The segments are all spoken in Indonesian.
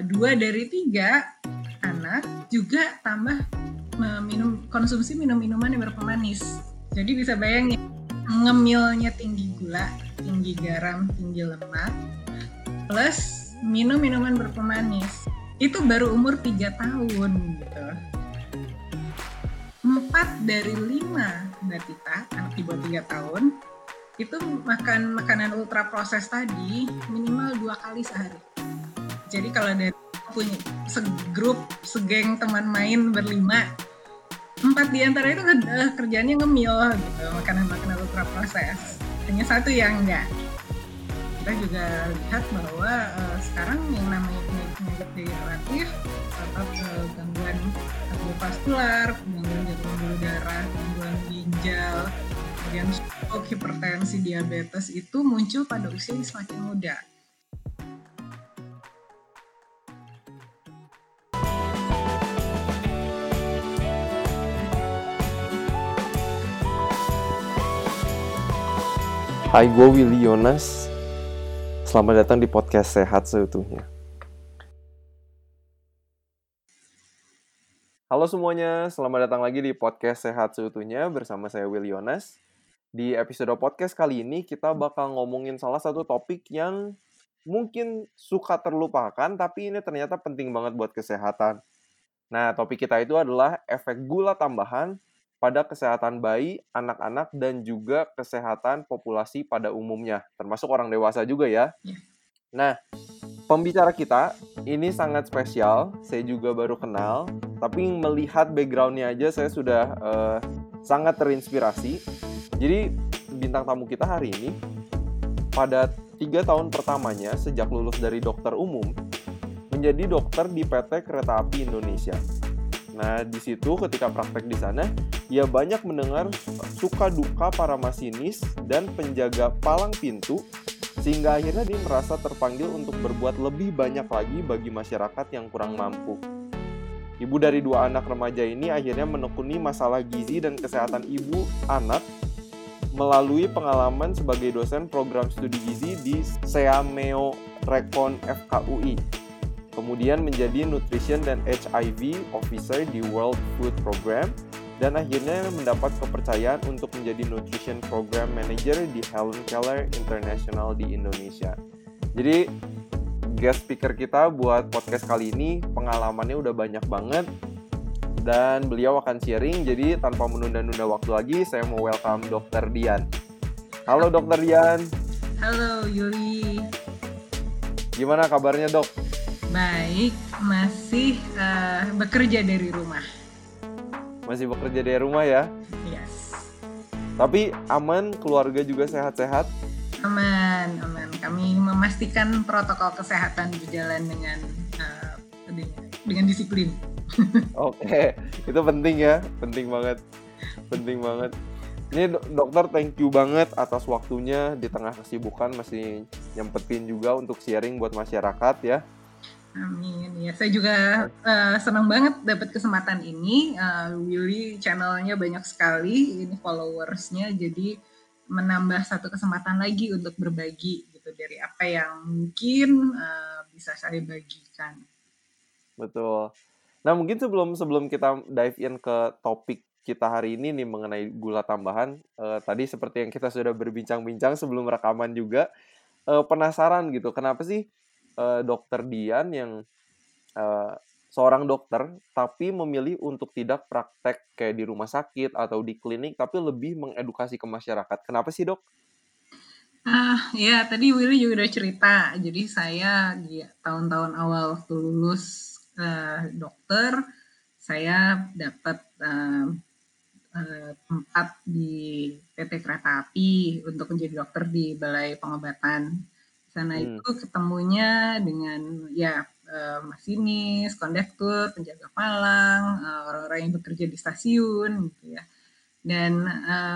2 dari 3 anak juga tambah konsumsi minuman yang berpemanis. Jadi bisa bayangin, ngemilnya tinggi gula, tinggi garam, tinggi lemak, plus minum minuman berpemanis. Itu baru umur 3 tahun gitu. 4 dari 5 Mbak Tita, anak di bawah 3 tahun, itu makan makanan ultra proses tadi minimal 2 kali sehari. Jadi kalau ada punya segeng teman main berlima, 4 di antara itu kerjanya ngemil gitu, makanan-makanan ultra proses. Hanya 1 yang enggak. Kita juga lihat bahwa sekarang yang namanya penyakit degeneratif atau gangguan kardiovaskular, gangguan jantung pembuluh darah, gangguan ginjal, kemudian stroke, hipertensi, diabetes itu muncul pada usia yang semakin muda. Hai, gue Willy Yonas. Selamat datang di podcast Sehat Seutuhnya. Halo semuanya, selamat datang lagi di podcast Sehat Seutuhnya bersama saya Willy Yonas. Di episode podcast kali ini kita bakal ngomongin salah satu topik yang mungkin suka terlupakan, tapi ini ternyata penting banget buat kesehatan. Nah, topik kita itu adalah efek gula tambahan pada kesehatan bayi, anak-anak, dan juga kesehatan populasi pada umumnya, termasuk orang dewasa juga ya. Nah, pembicara kita ini sangat spesial, saya juga baru kenal, tapi melihat background-nya aja saya sudah sangat terinspirasi. Jadi, bintang tamu kita hari ini, pada 3 tahun pertamanya sejak lulus dari dokter umum, menjadi dokter di PT Kereta Api Indonesia. Nah, di situ ketika praktek di sana, ia banyak mendengar suka duka para masinis dan penjaga palang pintu, sehingga akhirnya dia merasa terpanggil untuk berbuat lebih banyak lagi bagi masyarakat yang kurang mampu. Ibu dari 2 anak remaja ini akhirnya menekuni masalah gizi dan kesehatan ibu anak melalui pengalaman sebagai dosen program studi gizi di Seameo Rekon FKUI. Kemudian menjadi Nutrition dan HIV Officer di World Food Program, dan akhirnya mendapat kepercayaan untuk menjadi Nutrition Program Manager di Helen Keller International di Indonesia. Jadi, guest speaker kita buat podcast kali ini pengalamannya udah banyak banget, dan beliau akan sharing. Jadi, tanpa menunda-nunda waktu lagi, saya mau welcome Dr. Dian. Halo Dr. Dian. Halo Yuli. Gimana kabarnya, Dok? Baik, masih bekerja dari rumah. Masih bekerja dari rumah ya? Yes. Tapi aman, keluarga juga sehat-sehat? Aman. Kami memastikan protokol kesehatan berjalan dengan disiplin. Oke, itu penting ya, penting banget. Ini dokter, thank you banget atas waktunya di tengah kesibukan, masih nyempetin juga untuk sharing buat masyarakat ya. Amin. Ya, saya juga senang banget dapat kesempatan ini. Willy channelnya banyak sekali, ini followersnya, jadi menambah satu kesempatan lagi untuk berbagi gitu dari apa yang mungkin bisa saya bagikan. Betul. Nah, mungkin sebelum kita dive in ke topik kita hari ini nih mengenai gula tambahan, tadi seperti yang kita sudah berbincang-bincang sebelum rekaman juga, penasaran gitu, kenapa sih Dokter Dian yang seorang dokter tapi memilih untuk tidak praktek kayak di rumah sakit atau di klinik, tapi lebih mengedukasi ke masyarakat. Kenapa sih, Dok? Ya tadi Willy juga udah cerita. Jadi saya di tahun-tahun awal waktu lulus dokter, saya dapat tempat di PT Kereta Api untuk menjadi dokter di Balai Pengobatan. Di sana itu ketemunya dengan masinis, kondektur, penjaga palang, orang-orang yang bekerja di stasiun gitu ya. Dan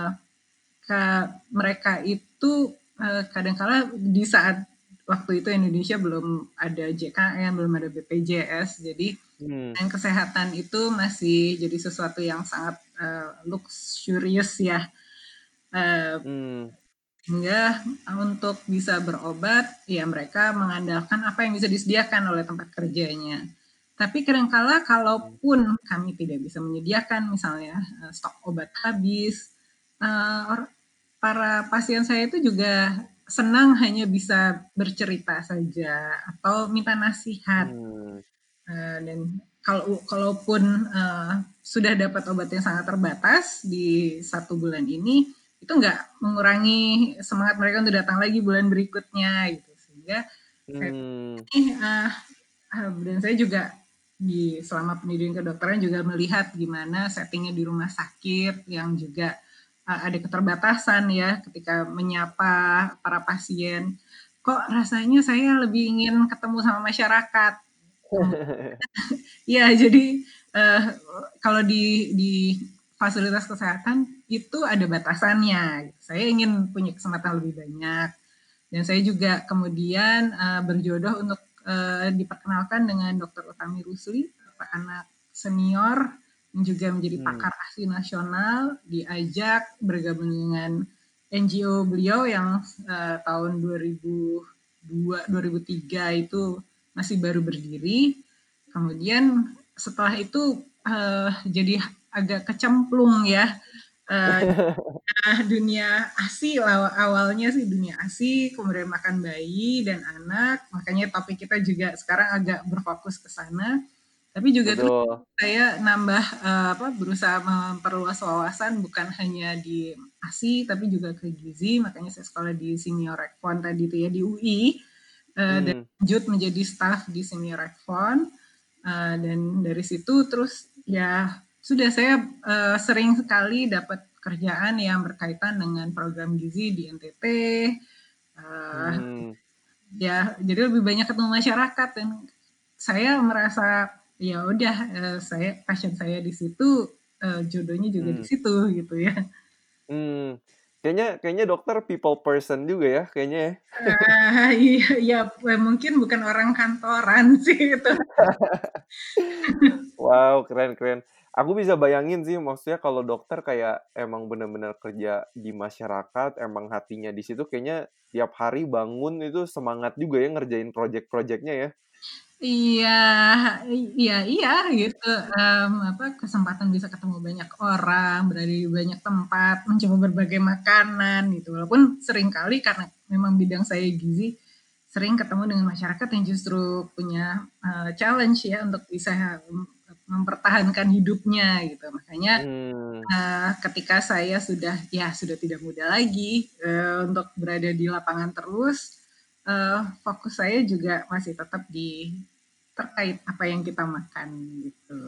mereka itu kadang-kala di saat waktu itu Indonesia belum ada JKN, belum ada BPJS, jadi dan kesehatan itu masih jadi sesuatu yang sangat luxurious ya. Sehingga untuk bisa berobat, ya mereka mengandalkan apa yang bisa disediakan oleh tempat kerjanya. Tapi kadangkala kalaupun kami tidak bisa menyediakan misalnya stok obat habis, para pasien saya itu juga senang hanya bisa bercerita saja atau minta nasihat. Hmm. Dan kalaupun sudah dapat obat yang sangat terbatas di 1 bulan ini, itu nggak mengurangi semangat mereka untuk datang lagi bulan berikutnya gitu. Sehingga saya Hmm. ini dan saya juga selama pendidikan kedokteran juga melihat gimana settingnya di rumah sakit yang juga ada keterbatasan ya ketika menyapa para pasien. Kok rasanya saya lebih ingin ketemu sama masyarakat. Ya, jadi kalau di fasilitas kesehatan itu ada batasannya. Saya ingin punya kesempatan lebih banyak. Dan saya juga kemudian berjodoh untuk diperkenalkan dengan Dr. Utami Rusli, anak senior yang juga menjadi pakar ASI nasional, diajak bergabung dengan NGO beliau yang tahun 2003 itu masih baru berdiri. Kemudian setelah itu jadi agak kecemplung ya dunia ASI awalnya sih dunia ASI, kemudian makan bayi dan anak, makanya topik kita juga sekarang agak berfokus ke sana. Tapi juga terus Betul. saya nambah berusaha memperluas wawasan bukan hanya di ASI tapi juga ke gizi, makanya saya sekolah di Senior Rekfon tadi itu ya di UI dan lanjut menjadi staf di Senior Rekfon dan dari situ terus ya sudah saya sering sekali dapat kerjaan yang berkaitan dengan program gizi di NTT. Ya, jadi lebih banyak ketemu masyarakat dan saya merasa ya udah passion saya di situ, jodohnya juga di situ gitu ya. Kayaknya dokter people person juga ya kayaknya ya. Iya, mungkin bukan orang kantoran sih itu. Wow, keren. Aku bisa bayangin sih, maksudnya kalau dokter kayak emang bener-bener kerja di masyarakat, emang hatinya di situ, kayaknya tiap hari bangun itu semangat juga ya ngerjain project-projectnya ya. Iya, iya gitu, kesempatan bisa ketemu banyak orang, berada di banyak tempat, mencoba berbagai makanan gitu. Walaupun seringkali karena memang bidang saya gizi, sering ketemu dengan masyarakat yang justru punya challenge ya untuk bisa mempertahankan hidupnya gitu. Makanya ketika saya sudah tidak muda lagi untuk berada di lapangan terus, fokus saya juga masih tetap terkait apa yang kita makan gitu.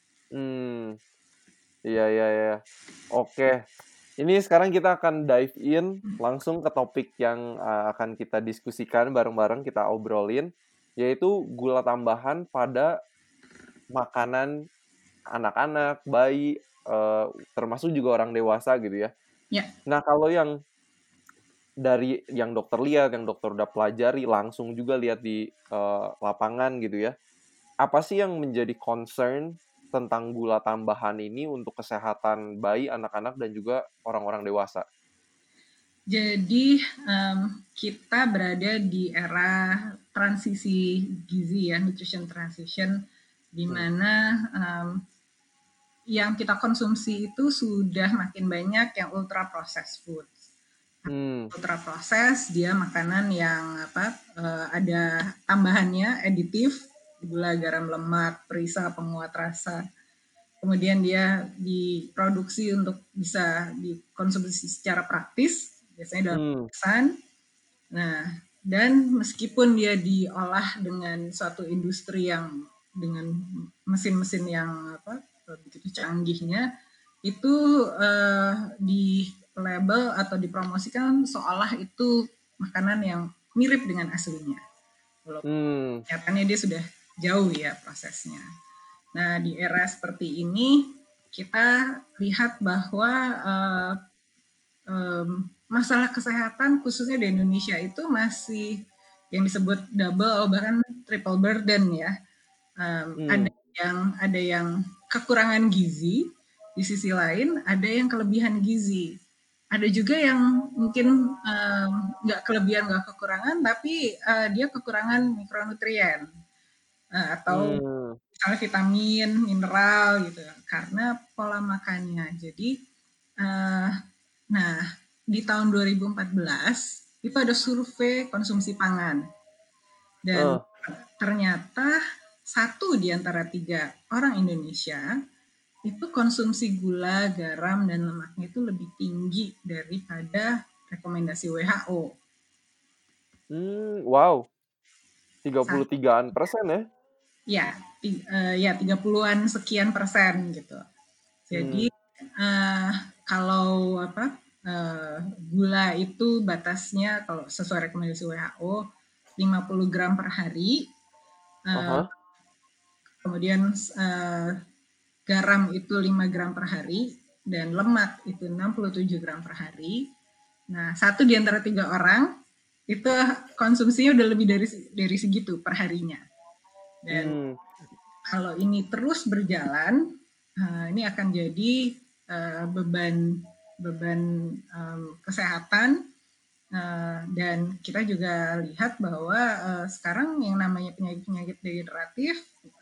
Iya. Oke. Ini sekarang kita akan dive in langsung ke topik yang akan kita diskusikan bareng-bareng, kita obrolin, yaitu gula tambahan pada makanan anak-anak, bayi, termasuk juga orang dewasa gitu ya. Ya, Nah, kalau yang dari yang dokter lihat, yang dokter udah pelajari, langsung juga lihat di lapangan gitu ya. Apa sih yang menjadi concern tentang gula tambahan ini untuk kesehatan bayi, anak-anak, dan juga orang-orang dewasa? jadi kita berada di era transisi gizi ya, nutrition transition, di mana yang kita konsumsi itu sudah makin banyak yang ultra processed food. Ultra proses dia makanan yang ada tambahannya aditif, gula, garam, lemak, perisa, penguat rasa. Kemudian dia diproduksi untuk bisa dikonsumsi secara praktis, biasanya dalam kemasan. Nah, dan meskipun dia diolah dengan suatu industri yang dengan mesin-mesin yang begitu canggihnya, itu di label atau dipromosikan seolah itu makanan yang mirip dengan aslinya. Walaupun nyatanya dia sudah jauh ya prosesnya. Nah, di era seperti ini kita lihat bahwa masalah kesehatan khususnya di Indonesia itu masih yang disebut double bahkan triple burden ya. Ada yang kekurangan gizi, di sisi lain ada yang kelebihan gizi. Ada juga yang mungkin nggak kelebihan, nggak kekurangan, tapi dia kekurangan mikronutrien atau Hmm. misalnya vitamin, mineral gitu, karena pola makannya. Jadi, nah di tahun 2014 itu ada survei konsumsi pangan dan Eh. ternyata 1 di antara 3 orang Indonesia itu konsumsi gula, garam, dan lemaknya itu lebih tinggi daripada rekomendasi WHO. Wow, 33% ya? Ya, ya 30-an sekian persen gitu. Hmm. Jadi kalau apa gula itu batasnya kalau sesuai rekomendasi WHO 50 gram per hari, Aha. kemudian garam itu 5 gram per hari, dan lemak itu 67 gram per hari. Nah, 1 di antara 3 orang itu konsumsinya udah lebih dari segitu per harinya. Dan Hmm. kalau ini terus berjalan, ini akan jadi beban kesehatan, dan kita juga lihat bahwa sekarang yang namanya penyakit-penyakit degeneratif,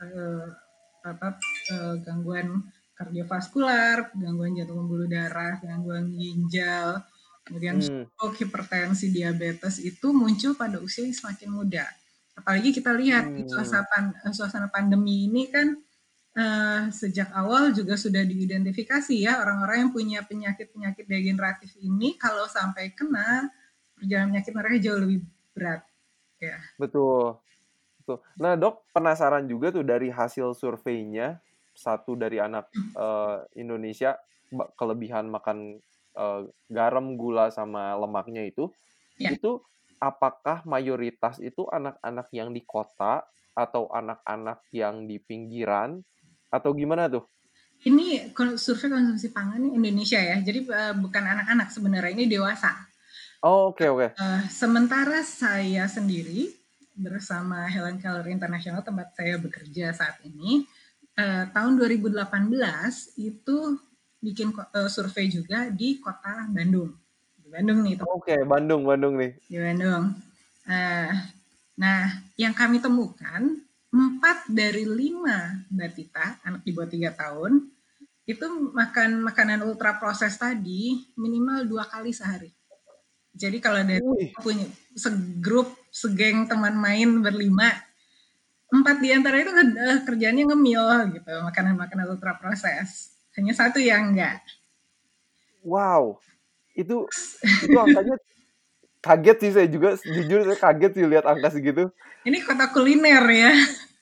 gangguan kardiovaskular, gangguan jantung pembuluh darah, gangguan ginjal, kemudian stroke, hipertensi, diabetes itu muncul pada usia yang semakin muda. Apalagi kita lihat di suasana pandemi ini kan sejak awal juga sudah diidentifikasi ya orang-orang yang punya penyakit-penyakit degeneratif ini kalau sampai kena, perjalanan penyakit mereka jauh lebih berat. Ya. Betul. Betul. Nah, Dok, penasaran juga tuh dari hasil surveinya, 1 dari anak Indonesia kelebihan makan garam, gula, sama lemaknya Ya. itu apakah mayoritas itu anak-anak yang di kota atau anak-anak yang di pinggiran atau gimana tuh? Ini survei konsumsi pangan Indonesia ya, jadi bukan anak-anak sebenarnya, ini dewasa. Oh, oke, oke. Sementara saya sendiri bersama Helen Keller International tempat saya bekerja saat ini, tahun 2018 itu bikin survei juga di kota Bandung. Di Bandung nih, Oke, Bandung nih. di Bandung. Nah, yang kami temukan 4 dari 5 Mbak anak di bawah 3 tahun, itu makan makanan ultra proses tadi minimal 2 kali sehari. Jadi kalau dari punya segeng teman main berlima, 4 di antara itu kerjanya ngemil gitu, makanan-makanan ultra proses. Hanya 1 yang enggak. Wow, itu angkanya kaget sih, saya juga jujur saya kaget sih lihat angka segitu. Ini kota kuliner ya.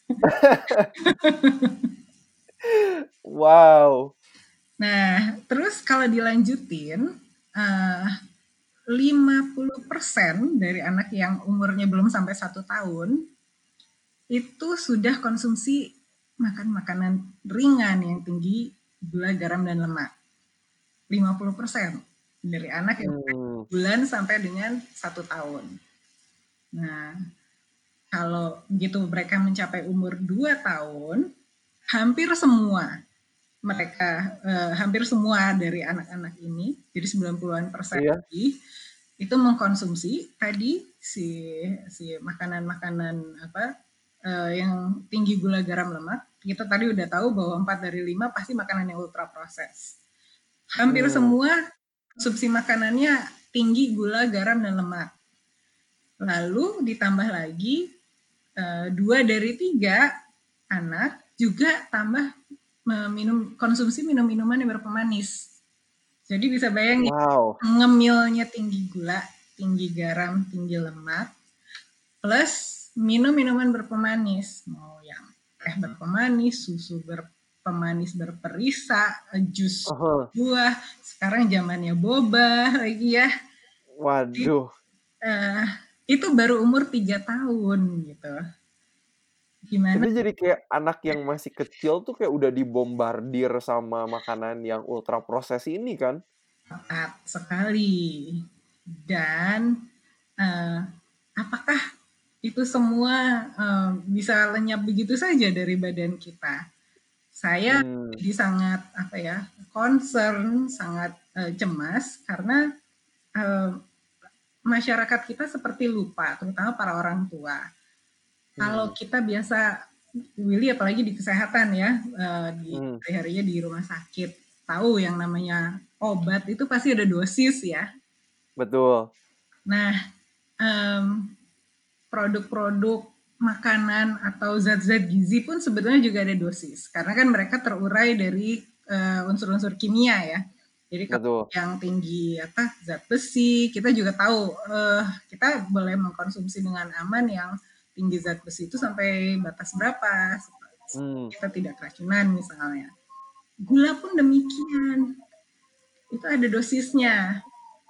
Wow. Nah, terus kalau dilanjutin, 50% dari anak yang umurnya belum sampai 1 tahun itu sudah konsumsi makan makanan ringan yang tinggi gula, garam, dan lemak. 50% dari anak yang bulan sampai dengan 1 tahun. Nah, kalau begitu mereka mencapai umur 2 tahun, hampir semua dari anak-anak ini, jadi 90-an% Iya. lebih, itu mengkonsumsi tadi si makanan-makanan yang tinggi gula, garam, lemak. Kita tadi udah tahu bahwa 4 dari 5 pasti makanan yang ultra proses. Hampir semua konsumsi makanannya tinggi gula, garam, dan lemak. Lalu ditambah lagi 2 dari 3 anak juga tambah konsumsi minum-minuman yang berpemanis. Jadi bisa bayangin, ngemilnya tinggi gula, tinggi garam, tinggi lemak, plus minum minuman berpemanis. Mau yang teh berpemanis, susu berpemanis berperisa, jus buah, sekarang zamannya boba lagi ya. Waduh. Itu baru umur 3 tahun gitu. Gimana? Itu jadi kayak anak yang masih kecil tuh kayak udah dibombardir sama makanan yang ultra proses ini kan? Tepat sekali. Dan apakah itu semua bisa lenyap begitu saja dari badan kita? Saya Hmm. jadi sangat concern, sangat cemas karena eh, masyarakat kita seperti lupa, terutama para orang tua. Kalau Hmm. kita biasa, Willy apalagi di kesehatan ya, di Hmm. hari-harinya di rumah sakit, tahu yang namanya obat itu pasti ada dosis ya. Betul. Nah, produk-produk makanan atau zat-zat gizi pun sebetulnya juga ada dosis, karena kan mereka terurai dari unsur-unsur kimia ya. Jadi kalau Betul. yang tinggi zat besi, kita juga tahu kita boleh mengkonsumsi dengan aman yang tinggi zat besi itu sampai batas berapa, Hmm. kita tidak keracunan misalnya. Gula pun demikian, itu ada dosisnya.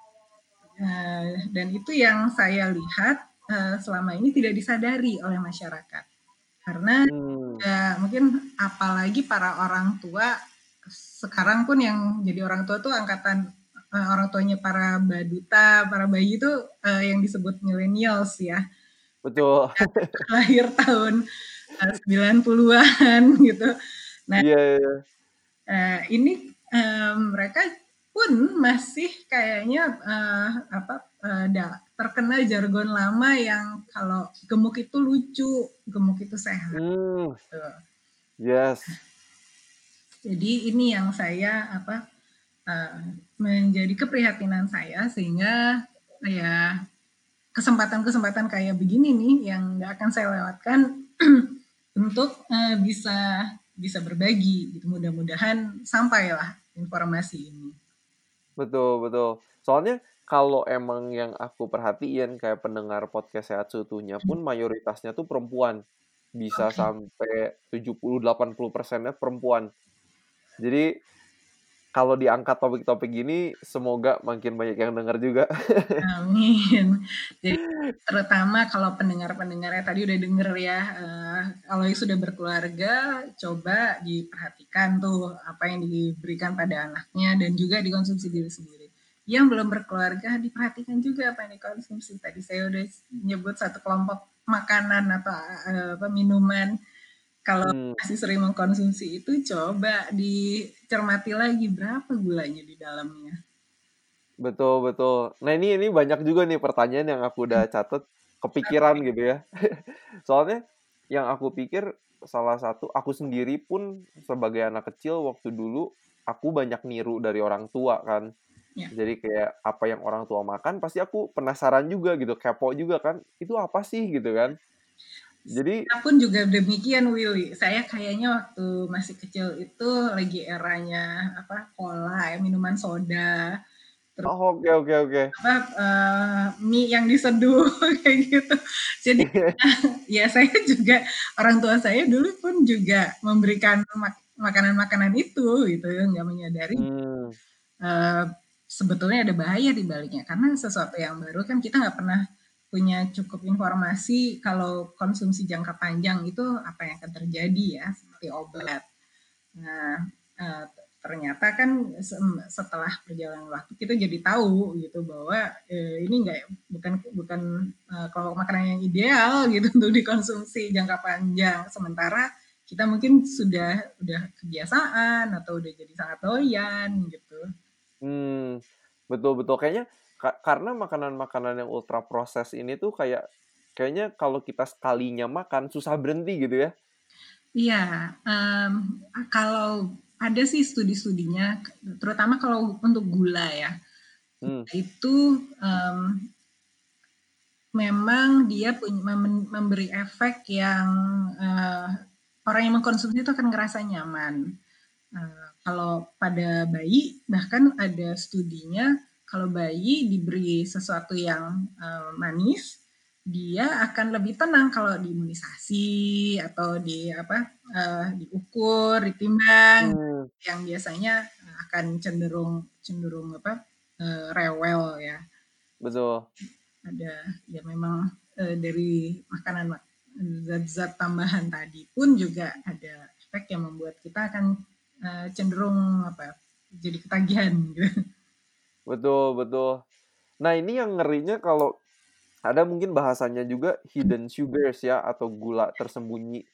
Dan itu yang saya lihat selama ini tidak disadari oleh masyarakat. Karena Hmm. mungkin apalagi para orang tua sekarang pun yang jadi orang tua tuh angkatan orang tuanya para baduta, para bayi itu yang disebut millennials ya. Betul. Lahir tahun 90-an gitu. Nah, Iya, iya. ini mereka pun masih kayaknya terkena jargon lama yang kalau gemuk itu lucu, gemuk itu sehat. Hmm. Gitu. Yes. Jadi ini yang saya menjadi keprihatinan saya, sehingga ya kesempatan-kesempatan kayak begini nih yang nggak akan saya lewatkan untuk bisa berbagi gitu. Mudah-mudahan sampailah informasi ini. Betul, betul. Soalnya kalau emang yang aku perhatiin kayak pendengar podcast Sehat Seutuhnya pun mayoritasnya tuh perempuan. Bisa Oke. sampai 70-80%-nya perempuan. Jadi kalau diangkat topik-topik gini, semoga makin banyak yang denger juga. Amin. Jadi terutama kalau pendengar-pendengarnya tadi udah denger ya, kalau yang sudah berkeluarga, coba diperhatikan tuh apa yang diberikan pada anaknya dan juga dikonsumsi diri sendiri. Yang belum berkeluarga, diperhatikan juga apa yang dikonsumsi. Tadi saya udah nyebut satu kelompok makanan atau minuman. Kalau Hmm, masih sering mengkonsumsi itu, coba dicermati lagi berapa gulanya di dalamnya. betul, betul. Nah ini banyak juga nih pertanyaan yang aku udah catet, kepikiran gitu ya. Soalnya yang aku pikir salah satu, aku sendiri pun sebagai anak kecil waktu dulu, aku banyak niru dari orang tua kan. Ya. Jadi kayak apa yang orang tua makan pasti aku penasaran juga gitu, kepo juga kan. Itu apa sih gitu kan. Jadi Saya pun juga demikian, Willy. Saya kayaknya waktu masih kecil itu lagi eranya cola, ya, minuman soda, terus oh, oke, oke, oke. mie yang diseduh kayak gitu. Jadi ya saya juga, orang tua saya dulu pun juga memberikan makanan-makanan itu gitu, nggak menyadari Hmm, uh, sebetulnya ada bahaya di baliknya, karena sesuatu yang baru kan kita nggak pernah punya cukup informasi kalau konsumsi jangka panjang itu apa yang akan terjadi ya, seperti obat. Nah, ternyata kan setelah perjalanan waktu kita jadi tahu gitu bahwa ini bukan bukan kalau makanan yang ideal gitu untuk dikonsumsi jangka panjang. Sementara kita mungkin udah kebiasaan atau udah jadi sangat doyan gitu. hmm, betul, betul. Kayaknya karena makanan-makanan yang ultra proses ini tuh kayaknya kalau kita sekalinya makan susah berhenti gitu ya. Iya, kalau ada sih studi-studinya, terutama kalau untuk gula ya, Hmm, itu memang dia memberi efek yang orang yang mengkonsumsi itu akan ngerasa nyaman. Kalau pada bayi, bahkan ada studinya, kalau bayi diberi sesuatu yang manis, dia akan lebih tenang kalau diimunisasi atau diukur, ditimbang, hmm, yang biasanya akan cenderung cenderung rewel ya. betul. Ada ya memang dari makanan zat-zat tambahan tadi pun juga ada efek yang membuat kita akan cenderung jadi ketagihan gitu. Betul, betul. Nah, ini yang ngerinya kalau ada mungkin bahasanya juga hidden sugars ya atau gula tersembunyi.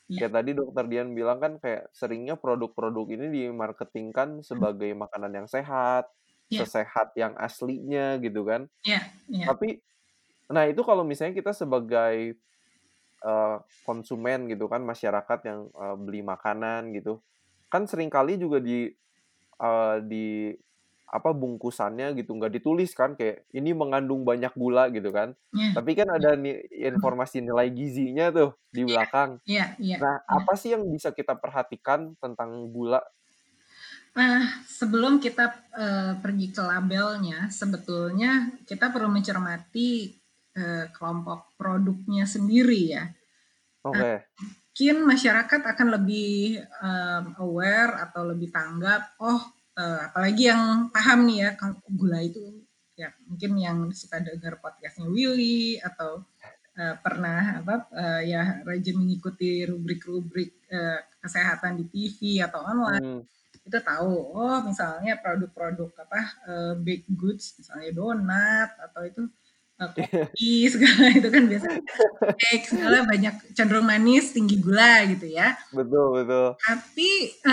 Iya, Kayak tadi dokter Dian bilang kan kayak seringnya produk-produk ini dimarketingkan sebagai makanan yang sehat, iya, sesehat yang aslinya gitu kan. iya, iya, Tapi nah itu kalau misalnya kita sebagai, konsumen gitu kan, masyarakat yang, beli makanan gitu, kan seringkali juga di apa, bungkusannya gitu nggak ditulis kan kayak, "Ini mengandung banyak gula," gitu kan. iya, Tapi kan iya, ada informasi nilai gizinya tuh di belakang. iya, iya, Nah, iya. apa sih yang bisa kita perhatikan tentang gula? Nah, sebelum kita pergi ke labelnya, sebetulnya kita perlu mencermati kelompok produknya sendiri ya. Oke. Mungkin masyarakat akan lebih aware atau lebih tanggap, oh apalagi yang paham nih ya, kalau gula itu ya mungkin yang suka dengar podcastnya Willy atau pernah ya rajin mengikuti rubrik-rubrik kesehatan di TV atau online Mmm. itu tahu oh misalnya produk-produk apa baked goods misalnya donat atau itu kopi segala itu kan biasanya cake segala banyak cenderung manis tinggi gula gitu ya Betul betul. tapi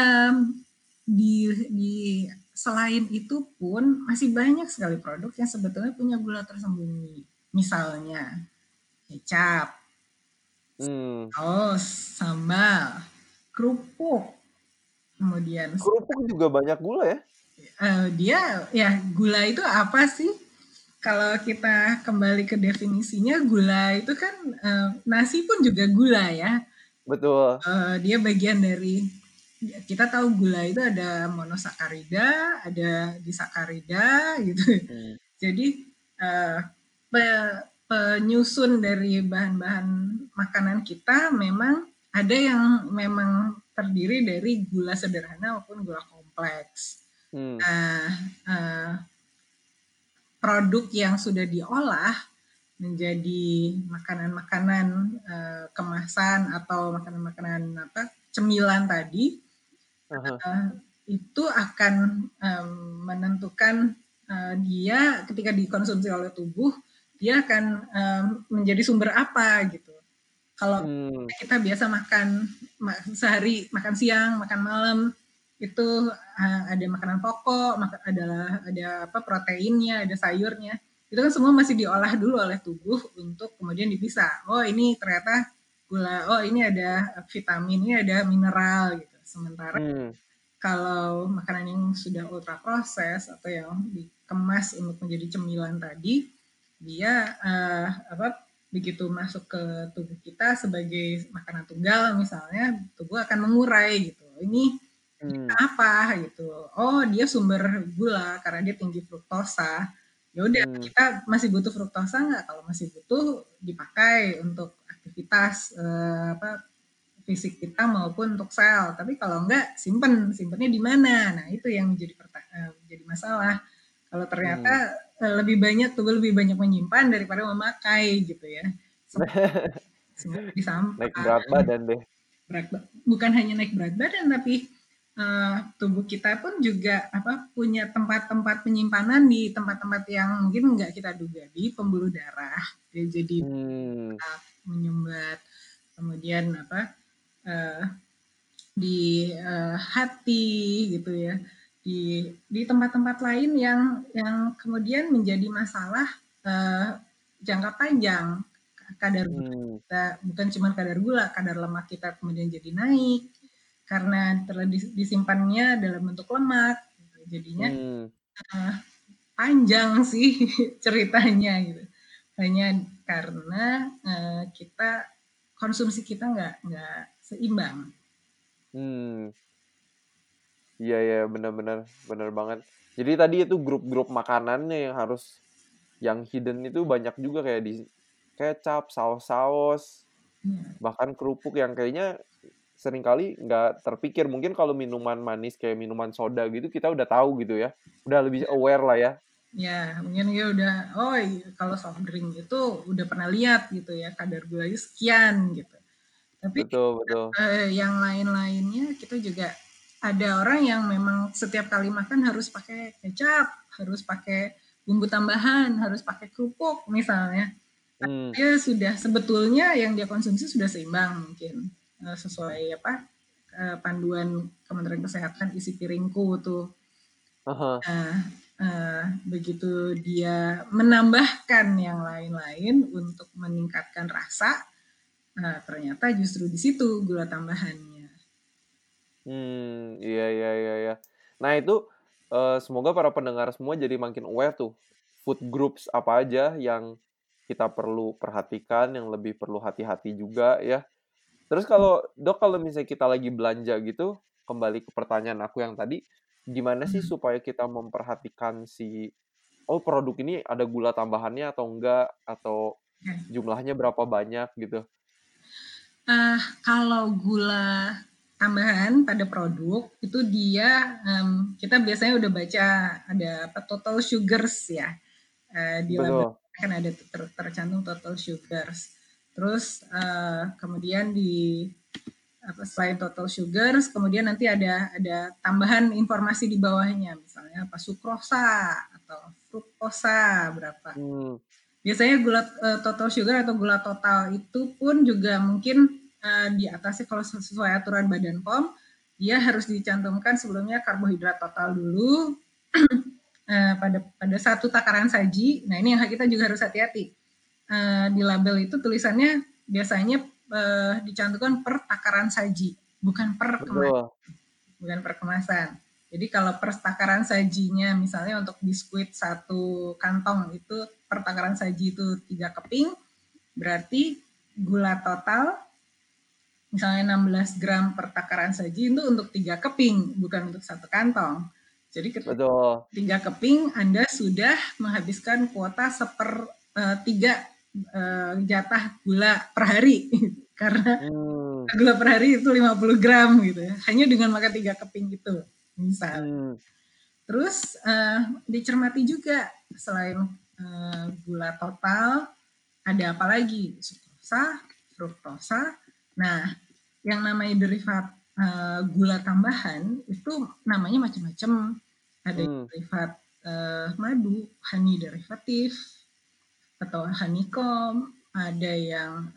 di selain itu pun masih banyak sekali produk yang sebetulnya punya gula tersembunyi misalnya kecap Mmm. saus sambal kerupuk kemudian Kerupuk juga banyak gula ya? dia ya gula itu apa sih? Kalau kita kembali ke definisinya gula itu kan nasi pun juga gula ya. Betul. Dia bagian dari kita tahu gula itu ada monosakarida, ada disakarida gitu. Mmm. Jadi uh, penyusun dari bahan-bahan makanan kita memang ada yang memang terdiri dari gula sederhana maupun gula kompleks. Mmm. Nah, uh, produk yang sudah diolah menjadi makanan-makanan kemasan atau makanan-makanan apa cemilan tadi Ah hah. itu akan menentukan dia ketika dikonsumsi oleh tubuh dia akan menjadi sumber apa gitu. Kalau Mmm. kita biasa makan sehari makan siang, makan malam itu ada makanan pokok, ada apa proteinnya, ada sayurnya. Itu kan semua masih diolah dulu oleh tubuh untuk kemudian dipisah. Oh, ini ternyata gula. Oh, ini ada vitamin, ini ada mineral gitu. Sementara Mmm. kalau makanan yang sudah ultra proses atau yang dikemas untuk menjadi cemilan tadi, dia apa begitu masuk ke tubuh kita sebagai makanan tunggal misalnya, tubuh akan mengurai gitu. Ini Mmm. apa gitu. Oh, dia sumber gula karena dia tinggi fruktosa. Ya udah, Mmm. kita masih butuh fruktosa nggak? Kalau masih butuh dipakai untuk aktivitas apa fisik kita maupun untuk sel. Tapi kalau enggak, simpennya di mana? Nah, itu yang jadi masalah. Kalau ternyata Mmm. lebih banyak tubuh lebih banyak menyimpan daripada memakai gitu ya. Semua di Naik sampah. berat badan deh. Bukan hanya naik berat badan tapi tubuh kita pun juga apa punya tempat-tempat penyimpanan di tempat-tempat yang mungkin nggak kita duga di pembuluh darah ya, jadi Mmm. menyumbat kemudian apa uh, di hati gitu ya di tempat-tempat lain yang kemudian menjadi masalah jangka panjang kadar gula Mmm. kita bukan cuma kadar gula kadar lemak kita kemudian jadi naik karena disimpannya dalam bentuk lemak gitu. Jadinya Mmm. uh, panjang sih ceritanya gitu hanya karena kita konsumsi kita nggak seimbang. Mmm. Iya iya, bener bener, bener banget. Jadi tadi itu grup-grup makanannya yang hidden itu banyak juga kayak di kecap, saus-saus, Ya. bahkan kerupuk yang kayaknya seringkali nggak terpikir. Mungkin kalau minuman manis kayak minuman soda gitu kita udah tahu gitu ya, udah lebih aware lah ya. Ya, mungkin ya udah, oh iya, kalau soft drink itu udah pernah lihat gitu ya, kadar gulanya sekian gitu. Tapi Betul betul. yang lain-lainnya kita juga ada orang yang memang setiap kali makan harus pakai kecap, harus pakai bumbu tambahan, harus pakai kerupuk misalnya. Mmm. Dia sudah sebetulnya yang dia konsumsi sudah seimbang mungkin. sesuai panduan Kementerian Kesehatan isi piringku tuh. Aha. Begitu dia menambahkan yang lain-lain untuk meningkatkan rasa, ternyata justru di situ gula tambahannya. Iya, iya, iya, iya. Nah itu, semoga para pendengar semua jadi makin aware tuh, food groups apa aja yang kita perlu perhatikan, yang lebih perlu hati-hati juga ya. Terus kalau misalnya kita lagi belanja gitu, kembali ke pertanyaan aku yang tadi, gimana sih supaya kita memperhatikan oh produk ini ada gula tambahannya atau enggak, atau jumlahnya berapa banyak gitu? Kalau gula tambahan pada produk itu dia kita biasanya udah baca ada total sugars ya, di label Betul. kan ada tercantum total sugars. Terus kemudian selain total sugars, kemudian nanti ada tambahan informasi di bawahnya, misalnya sukrosa atau fruktosa berapa. Hmm. Biasanya gula total sugar atau gula total itu pun juga mungkin di atasnya kalau sesuai aturan Badan POM, dia harus dicantumkan sebelumnya karbohidrat total dulu pada satu takaran saji. Nah ini yang kita juga harus hati-hati. Di label itu tulisannya biasanya dicantumkan per takaran saji, bukan per kemasan. Jadi kalau per takaran sajinya misalnya untuk biskuit satu kantong itu per takaran saji itu 3 keping, berarti gula total misalnya 16 gram per takaran saji itu untuk 3 keping, bukan untuk satu kantong. Jadi ketika 3 keping Anda sudah menghabiskan kuota 1/3 jatah gula per hari karena gula per hari itu 50 gram gitu ya, hanya dengan makan 3 keping itu misal. Terus dicermati juga selain gula total ada apa lagi, sukrosa, fruktosa. Nah yang namanya derivat gula tambahan itu namanya macam-macam. Ada derivat madu, honey derivatif atau honeycomb, ada yang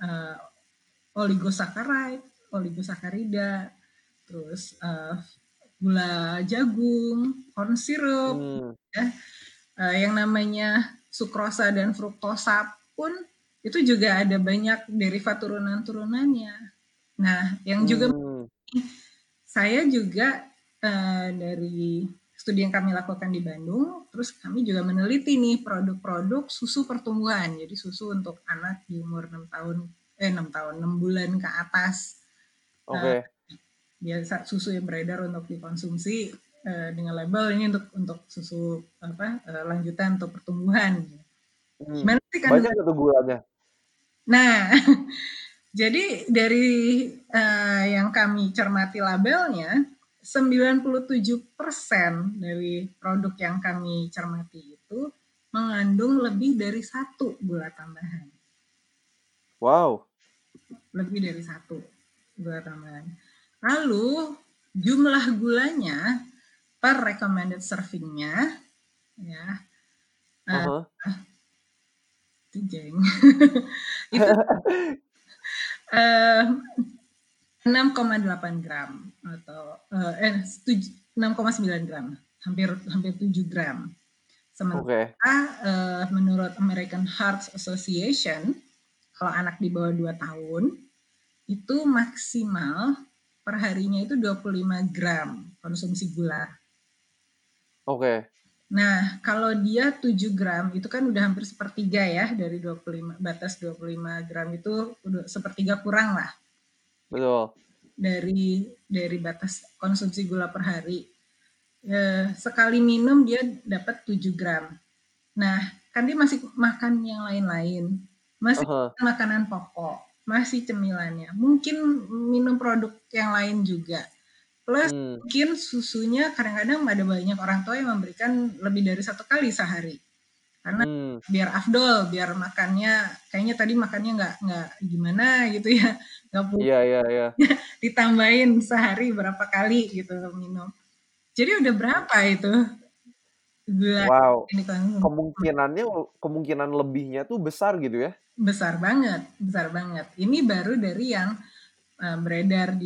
oligosakarida, terus gula jagung, corn syrup, ya. Yang namanya sukrosa dan fruktosa pun itu juga ada banyak derivat turunan-turunannya. Nah, yang juga saya juga dari studi yang kami lakukan di Bandung, terus kami juga meneliti nih produk-produk susu pertumbuhan. Jadi susu untuk anak di umur 6 bulan ke atas. Biasa susu yang beredar untuk dikonsumsi dengan label ini untuk susu lanjutan untuk pertumbuhan. Gimana sih banyak itu gulanya? Nah, jadi dari yang kami cermati labelnya, 97% dari produk yang kami cermati itu mengandung lebih dari 1 gula tambahan. Wow. Lebih dari 1 gula tambahan. Lalu jumlah gulanya per recommended servingnya ya itu jeng itu 6,8 gram atau 6,9 gram, hampir 7 gram. Sementara menurut American Heart Association, kalau anak di bawah 2 tahun itu maksimal perharinya itu 25 gram konsumsi gula. Nah, kalau dia 7 gram itu kan udah hampir sepertiga ya dari 25, batas 25 gram itu udah sepertiga kurang lah. Betul. Dari batas konsumsi gula per hari. Sekali minum dia dapat 7 gram. Nah, kan dia masih makan yang lain-lain. Masih makanan pokok, masih cemilannya. Mungkin minum produk yang lain juga. Plus mungkin susunya kadang-kadang ada banyak orang tua yang memberikan lebih dari 1 kali sehari. Karena biar afdol, biar makannya kayaknya tadi makannya nggak gimana gitu ya. Nggak ditambahin sehari berapa kali gitu minum. Jadi udah berapa itu gula yang dikonsumsi? Kemungkinan lebihnya tuh besar gitu ya? Besar banget, besar banget. Ini baru dari yang beredar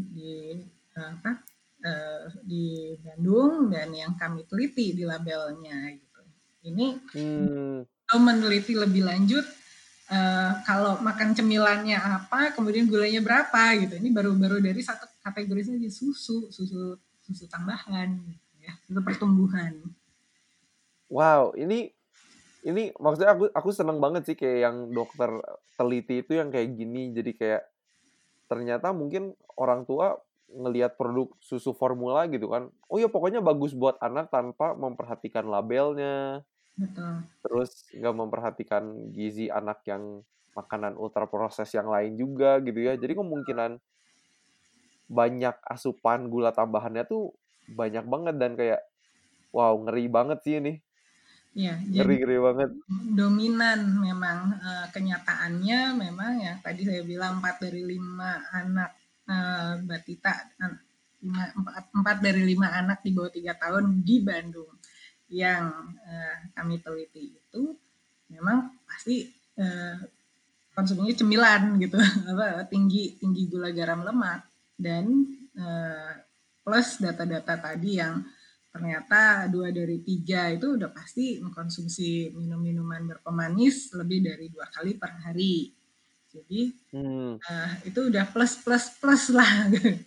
di Bandung dan yang kami teliti di labelnya gitu. Ini meneliti lebih lanjut kalau makan cemilannya apa, kemudian gulanya berapa gitu. Ini baru dari satu kategori saja, susu tambahan, ya, susu pertumbuhan. Wow, ini maksudnya aku seneng banget sih kayak yang dokter teliti itu yang kayak gini. Jadi kayak ternyata mungkin orang tua ngelihat produk susu formula gitu kan. Oh ya pokoknya bagus buat anak tanpa memperhatikan labelnya. Betul. Terus nggak memperhatikan gizi anak yang makanan ultra proses yang lain juga gitu ya. Jadi kemungkinan banyak asupan gula tambahannya tuh banyak banget dan kayak wow ngeri banget sih ini. Ya, jadi Ngeri banget. dominan memang kenyataannya memang ya tadi saya bilang 4 dari 5 anak batita, 4 dari 5 anak di bawah 3 tahun di Bandung yang kami teliti itu memang pasti konsumsinya cemilan gitu, tinggi gula garam lemak dan plus data-data tadi yang ternyata 2 dari 3 itu udah pasti mengkonsumsi minuman berpemanis lebih dari 2 kali per hari. Jadi itu udah plus lah.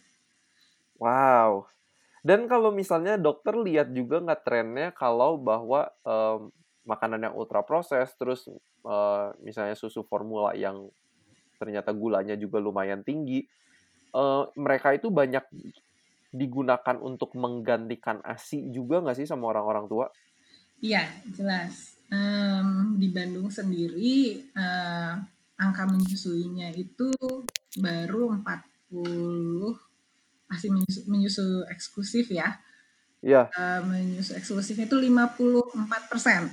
Wow. Dan kalau misalnya dokter lihat juga nggak trennya kalau bahwa makanan yang ultra proses terus misalnya susu formula yang ternyata gulanya juga lumayan tinggi, mereka itu banyak digunakan untuk menggantikan ASI juga nggak sih sama orang-orang tua? Iya, jelas. Di Bandung sendiri angka menyusuinya itu baru 40, masih menyusu eksklusif ya. Iya. Menyusu eksklusif itu 54%.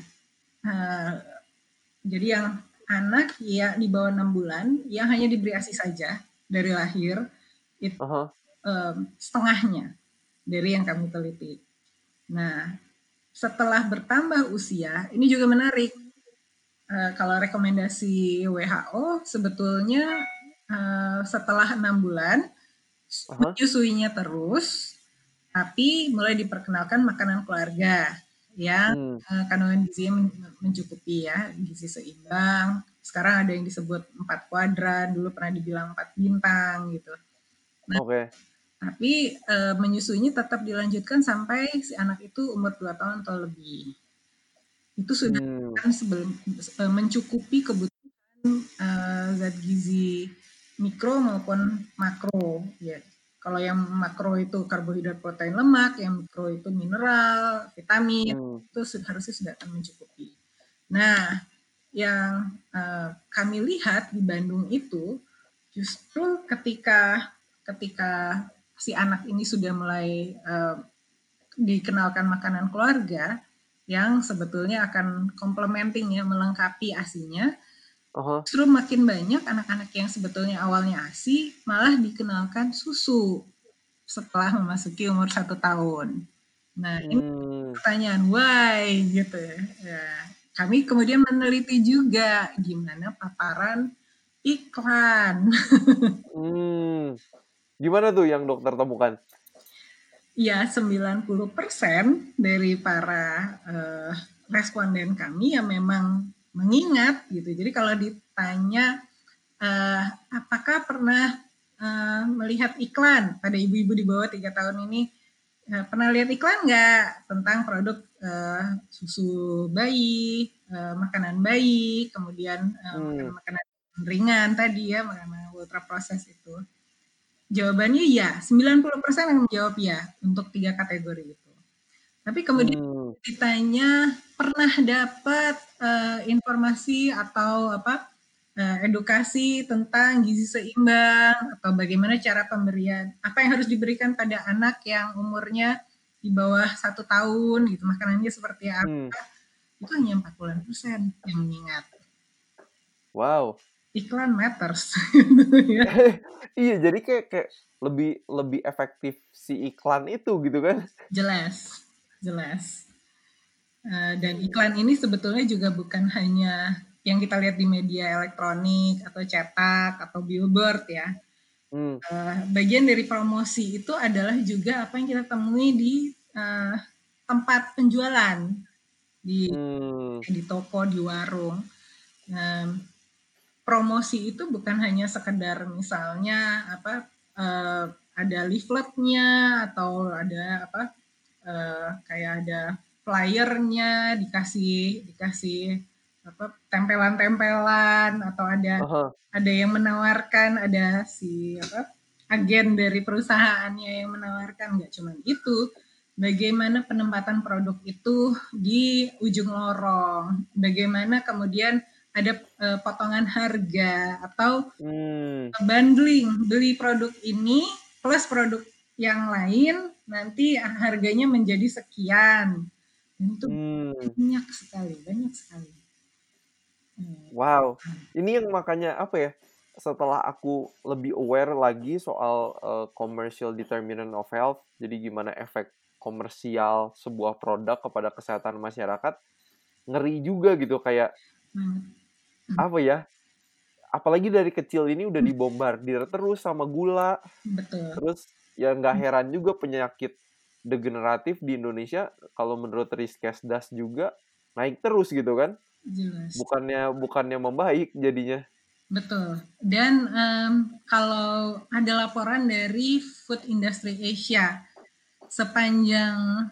Jadi yang anak ya di bawah 6 bulan yang hanya diberi ASI saja dari lahir itu setengahnya dari yang kami teliti. Nah, setelah bertambah usia, ini juga menarik. Kalau rekomendasi WHO sebetulnya setelah 6 bulan menyusuinya terus, tapi mulai diperkenalkan makanan keluarga yang kandungan gizinya mencukupi ya, gizi seimbang. Sekarang ada yang disebut 4 kuadran, dulu pernah dibilang 4 bintang gitu. Nah, tapi menyusuinya tetap dilanjutkan sampai si anak itu umur 2 tahun atau lebih. Itu sudah mencukupi kebutuhan zat gizi mikro maupun makro ya. Kalau yang makro itu karbohidrat, protein, lemak, yang mikro itu mineral, vitamin, itu harusnya sudah akan mencukupi. Nah, yang kami lihat di Bandung itu justru ketika si anak ini sudah mulai dikenalkan makanan keluarga yang sebetulnya akan complementing ya, melengkapi ASI-nya, justru makin banyak anak-anak yang sebetulnya awalnya ASI malah dikenalkan susu setelah memasuki umur 1 tahun. Nah, ini pertanyaan why gitu ya. Kami kemudian meneliti juga gimana paparan iklan. Gimana tuh yang dokter temukan? Ya, 90% dari para responden kami yang memang mengingat gitu. Jadi kalau ditanya apakah pernah melihat iklan pada ibu-ibu di bawah 3 tahun ini, pernah lihat iklan nggak tentang produk susu bayi, makanan bayi, kemudian makanan ringan tadi ya, makanan ultra proses itu. Jawabannya ya, 90% yang menjawab ya untuk 3 kategori itu. Tapi kemudian ditanya pernah dapat informasi atau edukasi tentang gizi seimbang atau bagaimana cara pemberian, apa yang harus diberikan pada anak yang umurnya di bawah 1 tahun gitu, makanannya seperti apa, itu hanya 40% yang mengingat. Wow. Iklan matters. Iya, jadi kayak lebih efektif si iklan itu gitu kan? Jelas. Dan iklan ini sebetulnya juga bukan hanya yang kita lihat di media elektronik atau cetak atau billboard ya. Bagian dari promosi itu adalah juga apa yang kita temui di tempat penjualan, di toko, di warung. Promosi itu bukan hanya sekedar misalnya ada leafletnya atau ada kayak ada flyernya, dikasih tempelan-tempelan, atau ada yang menawarkan, ada agen dari perusahaannya yang menawarkan. Nggak cuma itu, bagaimana penempatan produk itu di ujung lorong, bagaimana kemudian ada potongan harga atau bundling, beli produk ini plus produk yang lain, nanti harganya menjadi sekian. Itu banyak sekali. Wow, ini yang makanya apa ya? Setelah aku lebih aware lagi soal commercial determinant of health, jadi gimana efek komersial sebuah produk kepada kesehatan masyarakat, ngeri juga gitu kayak apa ya? Apalagi dari kecil ini udah dibombardir terus sama gula. Betul. Terus ya nggak heran juga penyakit degeneratif di Indonesia kalau menurut Riskesdas juga naik terus gitu kan? Jelas. Bukannya membaik jadinya. Betul. Dan kalau ada laporan dari Food Industry Asia sepanjang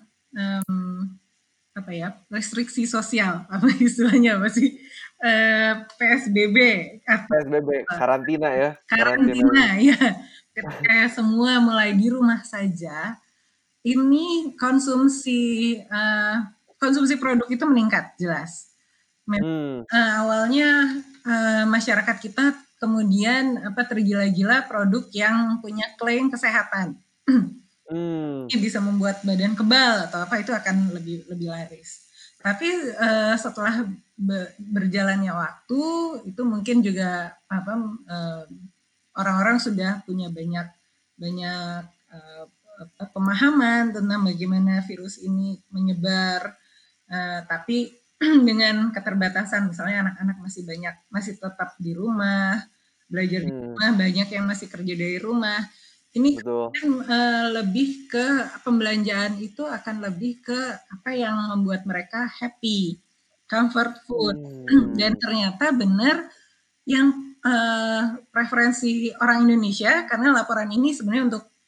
restriksi sosial, apa istilahnya apa sih, PSBB atau PSBB, karantina ya. karantina ya, ketika semua mulai di rumah saja, ini konsumsi produk itu meningkat jelas. Awalnya masyarakat kita kemudian tergila-gila produk yang punya klaim kesehatan. Bisa membuat badan kebal atau apa, itu akan lebih laris. Tapi setelah berjalannya waktu, itu mungkin juga orang-orang sudah punya banyak pemahaman tentang bagaimana virus ini menyebar. Tapi dengan keterbatasan, misalnya anak-anak masih tetap di rumah, belajar di rumah, banyak yang masih kerja dari rumah. Ini kan lebih ke pembelanjaan itu akan lebih ke apa yang membuat mereka happy, comfort food. Dan ternyata benar yang preferensi orang Indonesia, karena laporan ini sebenarnya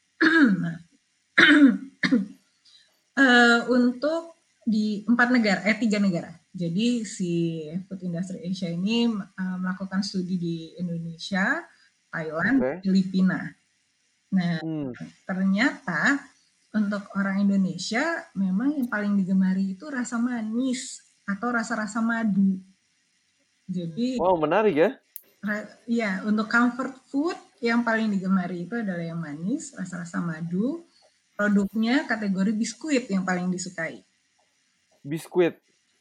untuk di 3 negara. Jadi si Food Industry Asia ini melakukan studi di Indonesia, Thailand, Filipina. Nah, ternyata untuk orang Indonesia memang yang paling digemari itu rasa manis atau rasa-rasa madu. Jadi, wow, menarik ya. Ya, untuk comfort food yang paling digemari itu adalah yang manis, rasa-rasa madu. Produknya kategori biskuit yang paling disukai. Biskuit,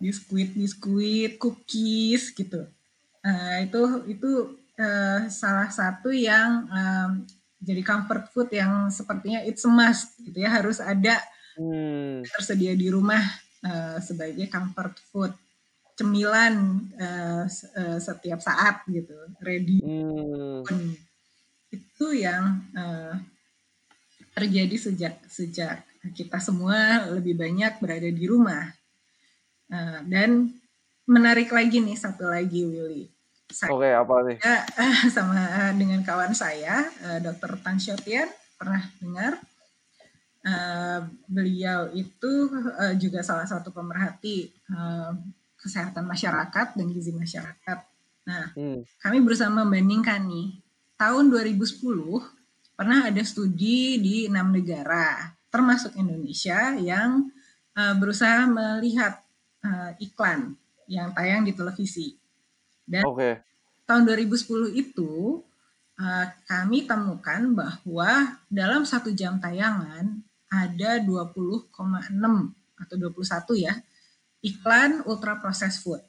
cookies gitu. Itu salah satu yang jadi comfort food yang sepertinya it's a must gitu ya, harus ada tersedia di rumah sebagai comfort food, cemilan setiap saat gitu, ready. Itu yang terjadi sejak kita semua lebih banyak berada di rumah. Dan menarik lagi nih, satu lagi Willy. Oke, apa nih? Sama dengan kawan saya, Dr. Tan Xiaotian, pernah dengar? Beliau itu juga salah satu pemerhati kesehatan masyarakat dan gizi masyarakat. Nah, kami berusaha membandingkan nih, tahun 2010 pernah ada studi di 6 negara, termasuk Indonesia, yang berusaha melihat iklan yang tayang di televisi. Dan tahun 2010 itu kami temukan bahwa dalam 1 jam tayangan ada 20,6 atau 21 ya iklan ultra processed food.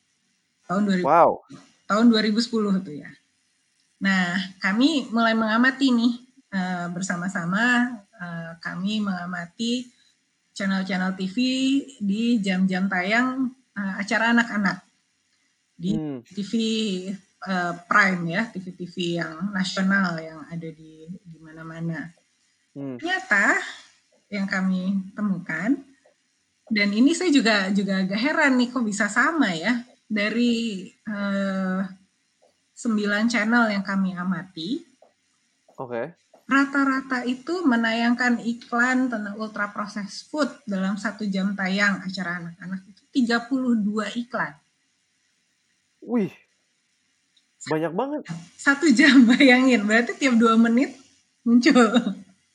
Tahun 2010 itu ya. Nah, kami mulai mengamati nih bersama-sama, kami mengamati channel-channel TV di jam-jam tayang acara anak-anak di TV prime ya, TV-TV yang nasional yang ada di mana-mana. Ternyata yang kami temukan, dan ini saya juga agak heran nih kok bisa sama ya, dari 9 channel yang kami amati, rata-rata itu menayangkan iklan tentang ultra processed food dalam 1 jam tayang acara anak-anak itu 32 iklan. Wih, banyak banget. 1 jam, bayangin, berarti tiap 2 menit muncul.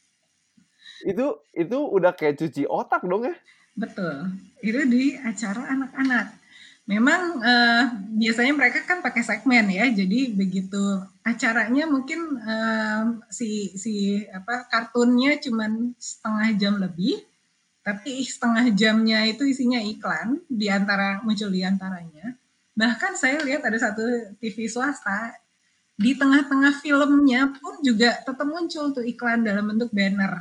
Itu udah kayak cuci otak dong ya? Betul, itu di acara anak-anak. Memang biasanya mereka kan pakai segmen ya, jadi begitu acaranya mungkin kartunnya cuma setengah jam lebih, tapi setengah jamnya itu isinya iklan muncul di antaranya. Bahkan saya lihat ada satu TV swasta di tengah-tengah filmnya pun juga tetap muncul tuh iklan dalam bentuk banner.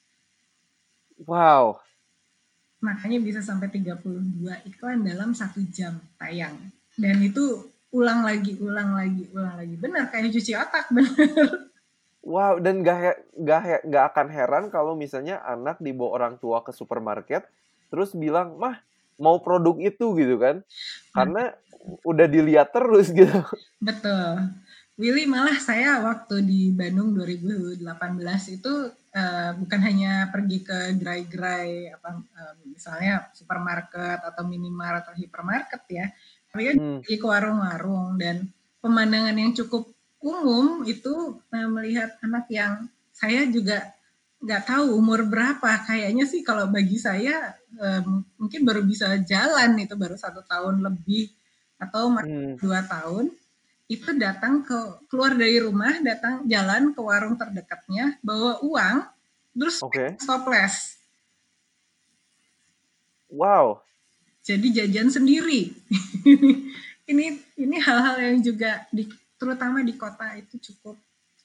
Wow. Makanya bisa sampai 32 iklan dalam 1 jam tayang. Dan itu ulang lagi. Benar, kayak cuci otak, benar. Wow, dan gak akan heran kalau misalnya anak dibawa orang tua ke supermarket, terus bilang, "Mah, mau produk itu," gitu kan. Karena udah dilihat terus gitu. Betul. Willy, malah saya waktu di Bandung 2018 itu bukan hanya pergi ke gerai-gerai misalnya supermarket atau minimart atau hipermarket ya, tapi kan pergi ke warung-warung, dan pemandangan yang cukup umum itu melihat anak yang saya juga nggak tahu umur berapa, kayaknya sih kalau bagi saya mungkin baru bisa jalan, itu baru 1 tahun lebih atau 2 tahun, itu keluar dari rumah, datang jalan ke warung terdekatnya, bawa uang, terus toples. Wow. Jadi jajan sendiri. ini hal-hal yang juga terutama di kota itu cukup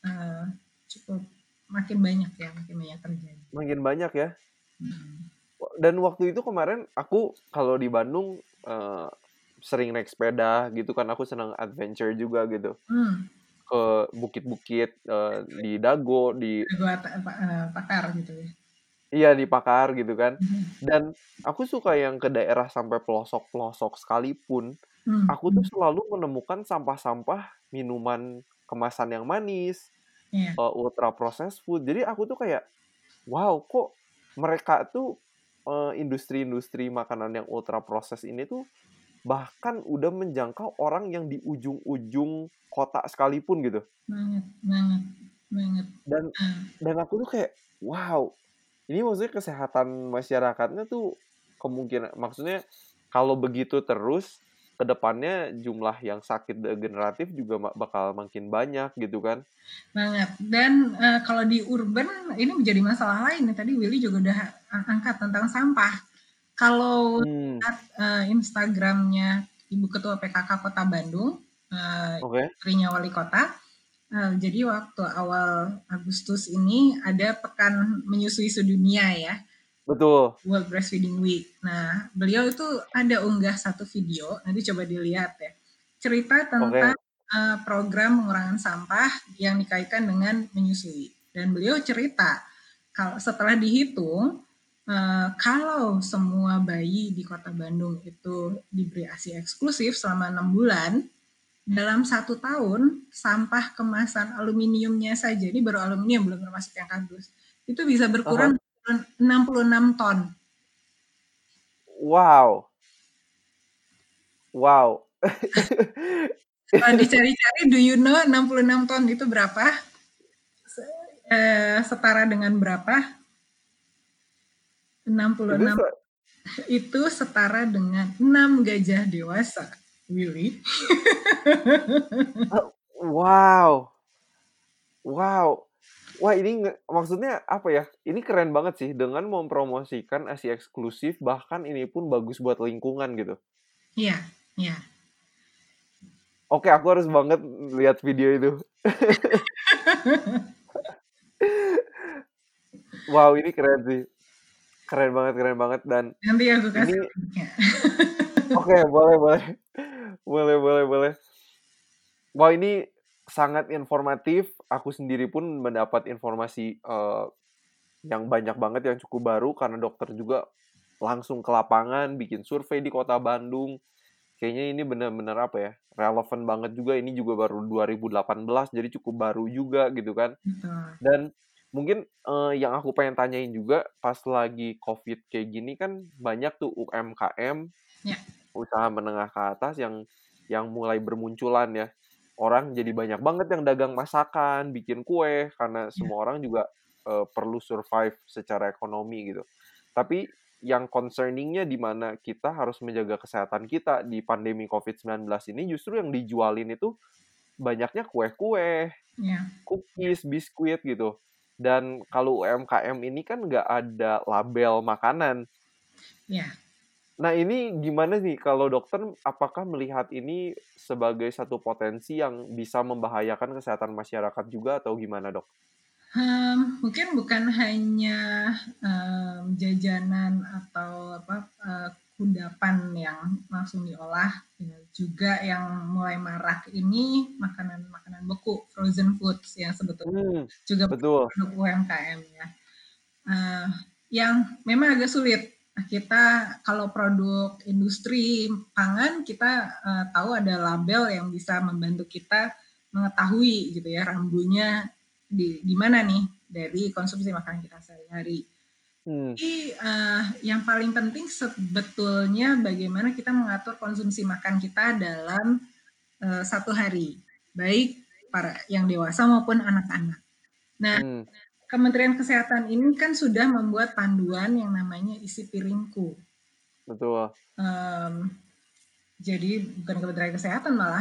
makin banyak terjadi. Makin banyak ya. Dan waktu itu kemarin aku kalau di Bandung sering naik sepeda gitu kan, aku senang adventure juga gitu. Ke bukit-bukit di Dago, di Pakar gitu ya. Iya, di Pakar gitu kan. Dan aku suka yang ke daerah sampai pelosok-pelosok sekalipun, aku tuh selalu menemukan sampah-sampah minuman kemasan yang manis, ultra processed food. Jadi aku tuh kayak, wow, kok mereka tuh industri-industri makanan yang ultra processed ini tuh bahkan udah menjangkau orang yang di ujung-ujung kota sekalipun gitu. Banget. Dan aku tuh kayak, wow, ini maksudnya kesehatan masyarakatnya tuh maksudnya kalau begitu terus ke depannya jumlah yang sakit degeneratif juga bakal makin banyak gitu kan. Banget. Dan kalau di urban ini menjadi masalah lain. Tadi Willy juga udah angkat tentang sampah. Kalau Instagramnya Ibu Ketua PKK Kota Bandung, istrinya wali kota, jadi waktu awal Agustus ini ada pekan menyusui sedunia ya. Betul. World Breastfeeding Week. Nah, beliau itu ada unggah satu video, nanti coba dilihat ya. Cerita tentang program pengurangan sampah yang dikaitkan dengan menyusui. Dan beliau cerita, kalau setelah dihitung, kalau semua bayi di Kota Bandung itu diberi ASI eksklusif selama 6 bulan, dalam 1 tahun sampah kemasan aluminiumnya saja, ini baru aluminium belum termasuk yang kardus, itu bisa berkurang 66 ton. Wow. Kalau dicari-cari, do you know 66 ton itu berapa? Setara dengan berapa? 66 itu setara dengan 6 gajah dewasa, Willy. Wow. Wah, ini maksudnya apa ya? Ini keren banget sih dengan mempromosikan ASI eksklusif, bahkan ini pun bagus buat lingkungan gitu. Iya. Oke, aku harus banget lihat video itu. Wow, ini keren sih. Keren banget dan nanti aku kasih ini linknya. Oke, boleh. Wah, ini sangat informatif. Aku sendiri pun mendapat informasi yang banyak banget yang cukup baru karena dokter juga langsung ke lapangan bikin survei di Kota Bandung. Kayaknya ini benar-benar apa ya? Relevan banget juga. Ini juga baru 2018 jadi cukup baru juga gitu kan. Betul. Dan mungkin yang aku pengen tanyain juga pas lagi COVID kayak gini kan banyak tuh UMKM, Ya, usaha menengah ke atas yang mulai bermunculan ya. Orang jadi banyak banget yang dagang masakan, bikin kue karena ya, semua orang juga perlu survive secara ekonomi gitu. Tapi yang concerning-nya di mana kita harus menjaga kesehatan kita di pandemi COVID-19 ini justru yang dijualin itu banyaknya kue-kue, ya, ya, cookies, biskuit gitu. Dan kalau UMKM ini kan nggak ada label makanan. ya. Nah, ini gimana nih kalau dokter apakah melihat ini sebagai satu potensi yang bisa membahayakan kesehatan masyarakat juga atau gimana, Dok? Mungkin bukan hanya jajanan atau apa kudapan yang langsung diolah, ya, juga yang mulai marak ini makanan-makanan beku, frozen foods yang sebetulnya Hmm, juga betul. produk UMKM ya. uh, yang memang agak sulit. Kita kalau produk industri pangan kita tahu ada label yang bisa membantu kita mengetahui gitu ya rambunya di mana nih dari konsumsi makanan kita sehari-hari. Hmm, Jadi yang paling penting sebetulnya bagaimana kita mengatur konsumsi makan kita dalam satu hari, baik para yang dewasa maupun anak-anak. Nah, hmm, Kementerian Kesehatan ini kan sudah membuat panduan yang namanya isi piringku. betul. Um, jadi bukan Kementerian Kesehatan malah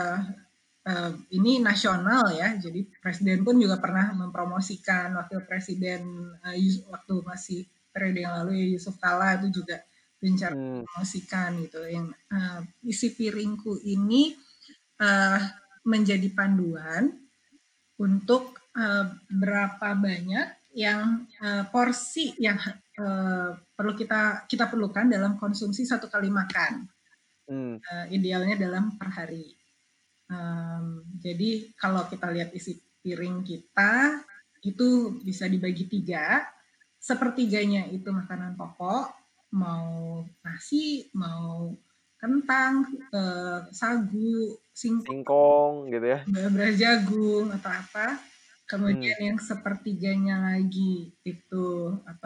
ini nasional ya. Jadi Presiden pun juga pernah mempromosikan, Wakil Presiden waktu masih periode yang lalu ya Yusuf Kala itu juga gencar Hmm, mempromosikan gitu. Yang isi piringku ini uh, menjadi panduan untuk berapa banyak yang porsi yang perlu kita perlukan dalam konsumsi satu kali makan. hmm, Idealnya dalam per hari. Jadi kalau kita lihat isi piring kita itu bisa dibagi 3. Sepertiganya itu makanan pokok, mau nasi, mau kentang, sagu, singkong, singkong gitu ya. beras jagung atau apa. Hmm, Kemudian yang sepertiganya lagi itu apa?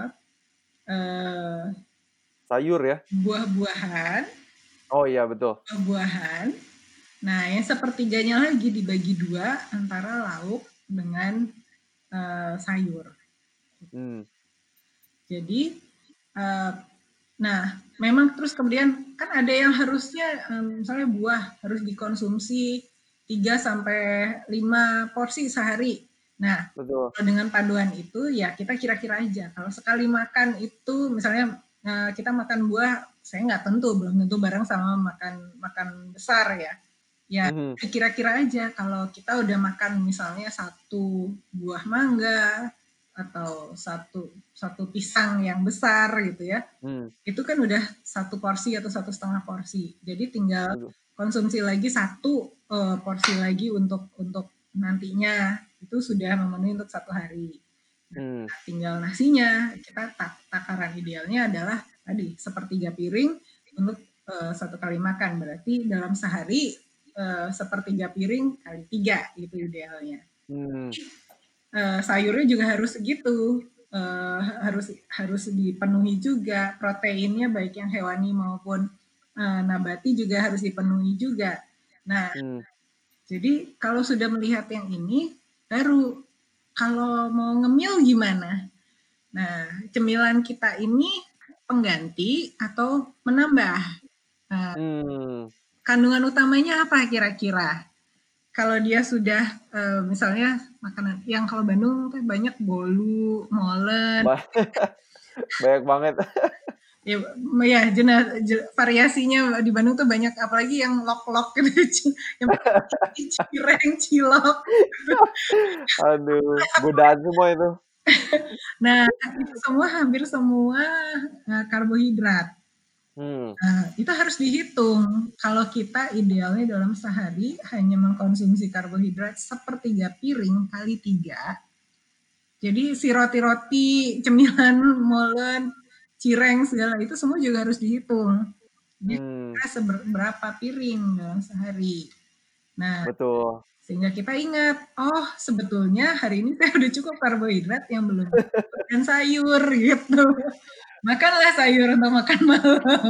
Eh, sayur ya. buah-buahan, Oh iya, betul. buah-buahan. Nah, yang sepertiganya lagi dibagi 2 antara lauk dengan sayur. Hmm, Jadi, uh, nah memang terus kemudian kan ada yang harusnya misalnya buah harus dikonsumsi 3 sampai 5 porsi sehari. Nah, betul. dengan panduan itu ya kita kira-kira aja. Kalau sekali makan itu misalnya kita makan buah, saya nggak tentu, belum tentu bareng sama makan besar ya. Ya Mhm, kira-kira aja kalau kita udah makan misalnya satu buah mangga atau satu pisang yang besar gitu ya, hmm, itu kan udah satu porsi atau 1,5 porsi. Jadi tinggal betul. konsumsi lagi satu porsi lagi untuk nantinya itu sudah memenuhi untuk satu hari. Hmm, Nah, tinggal nasinya kita takaran idealnya adalah tadi sepertiga piring untuk satu kali makan. Berarti dalam sehari sepertiga piring kali 3 itu idealnya. hmm, Sayurnya juga harus segitu, harus dipenuhi juga proteinnya baik yang hewani maupun nabati juga harus dipenuhi juga. Nah, hmm, jadi kalau sudah melihat yang ini, baru kalau mau ngemil gimana? Nah, cemilan kita ini pengganti atau menambah? Nah, hmm. kandungan utamanya apa kira-kira? Kalau dia sudah misalnya makanan yang kalau Bandung tuh banyak bolu, molen, Ba banyak banget. ya, ya variasinya di Bandung tuh banyak, apalagi yang lok-lok gitu, yang cireng, cilok. Aduh, godaan semua itu. Nah, itu semua hampir semua karbohidrat. Itu harus dihitung. Kalau kita idealnya dalam sehari hanya mengkonsumsi karbohidrat sepertiga piring kali 3. Jadi si roti-roti, cemilan, molen, cireng segala itu semua juga harus dihitung. Jadi seberapa piring dalam sehari. Nah, Betul. sehingga kita ingat, oh sebetulnya hari ini saya udah cukup karbohidrat yang belum dan sayur gitu. Makanlah sayur untuk makan malam.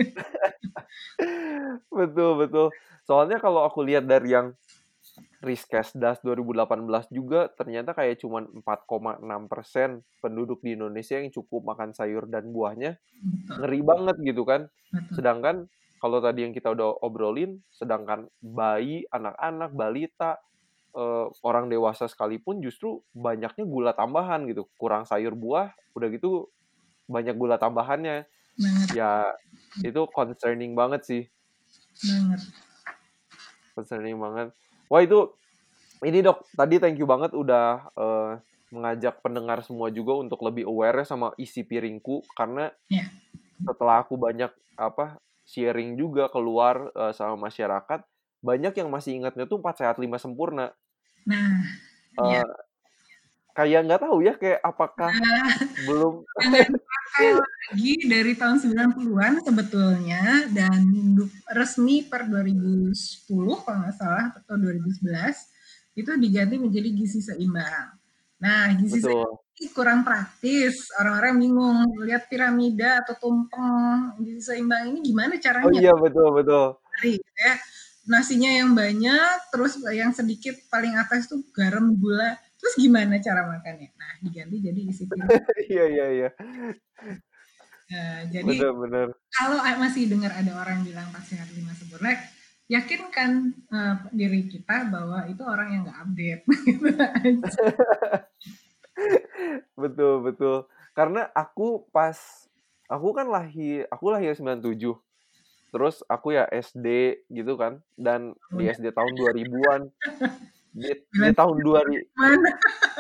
Betul, betul. Soalnya kalau aku lihat dari yang Riskesdas 2018 juga ternyata kayak cuman 4,6% penduduk di Indonesia yang cukup makan sayur dan buahnya. Betul, Ngeri banget gitu kan. betul. Sedangkan kalau tadi yang kita udah obrolin, sedangkan bayi, anak-anak, balita, orang dewasa sekalipun justru banyaknya gula tambahan gitu. Kurang sayur buah, udah gitu banyak gula tambahannya. Banget, Ya itu concerning banget sih. banget. Concerning banget. Wah itu, ini Dok, tadi thank you banget udah mengajak pendengar semua juga untuk lebih aware sama isi piringku, karena Ya. setelah aku banyak sharing juga keluar sama masyarakat, banyak yang masih ingatnya tuh 4 sehat 5 sempurna. Nah, ya. Eh, Kayak nggak tahu ya, kayak apakah Nah, belum. dengan pakai lagi dari tahun 90-an sebetulnya dan resmi per 2010 kalau nggak salah atau 2011 itu diganti menjadi gizi seimbang. Nah, gizi seimbang Betul. ini kurang praktis. Orang-orang bingung lihat piramida atau tumpeng gizi seimbang ini gimana Oh caranya? iya, betul, betul. Hari gitu ya. Nasinya yang banyak, terus yang sedikit paling atas tuh garam, gula. Terus gimana cara makannya? Nah, diganti jadi isi piring. Iya, iya, iya. Jadi Bener-bener. kalau masih dengar ada orang bilang 4 sehat 5 sempurna, yakinkan diri kita bahwa itu orang yang nggak update. Gitu aja. Betul, betul. Karena aku kan aku lahir 97. Terus aku ya SD gitu kan, dan di Udah SD tahun 2000-an, di bilang tahun 2000 mana?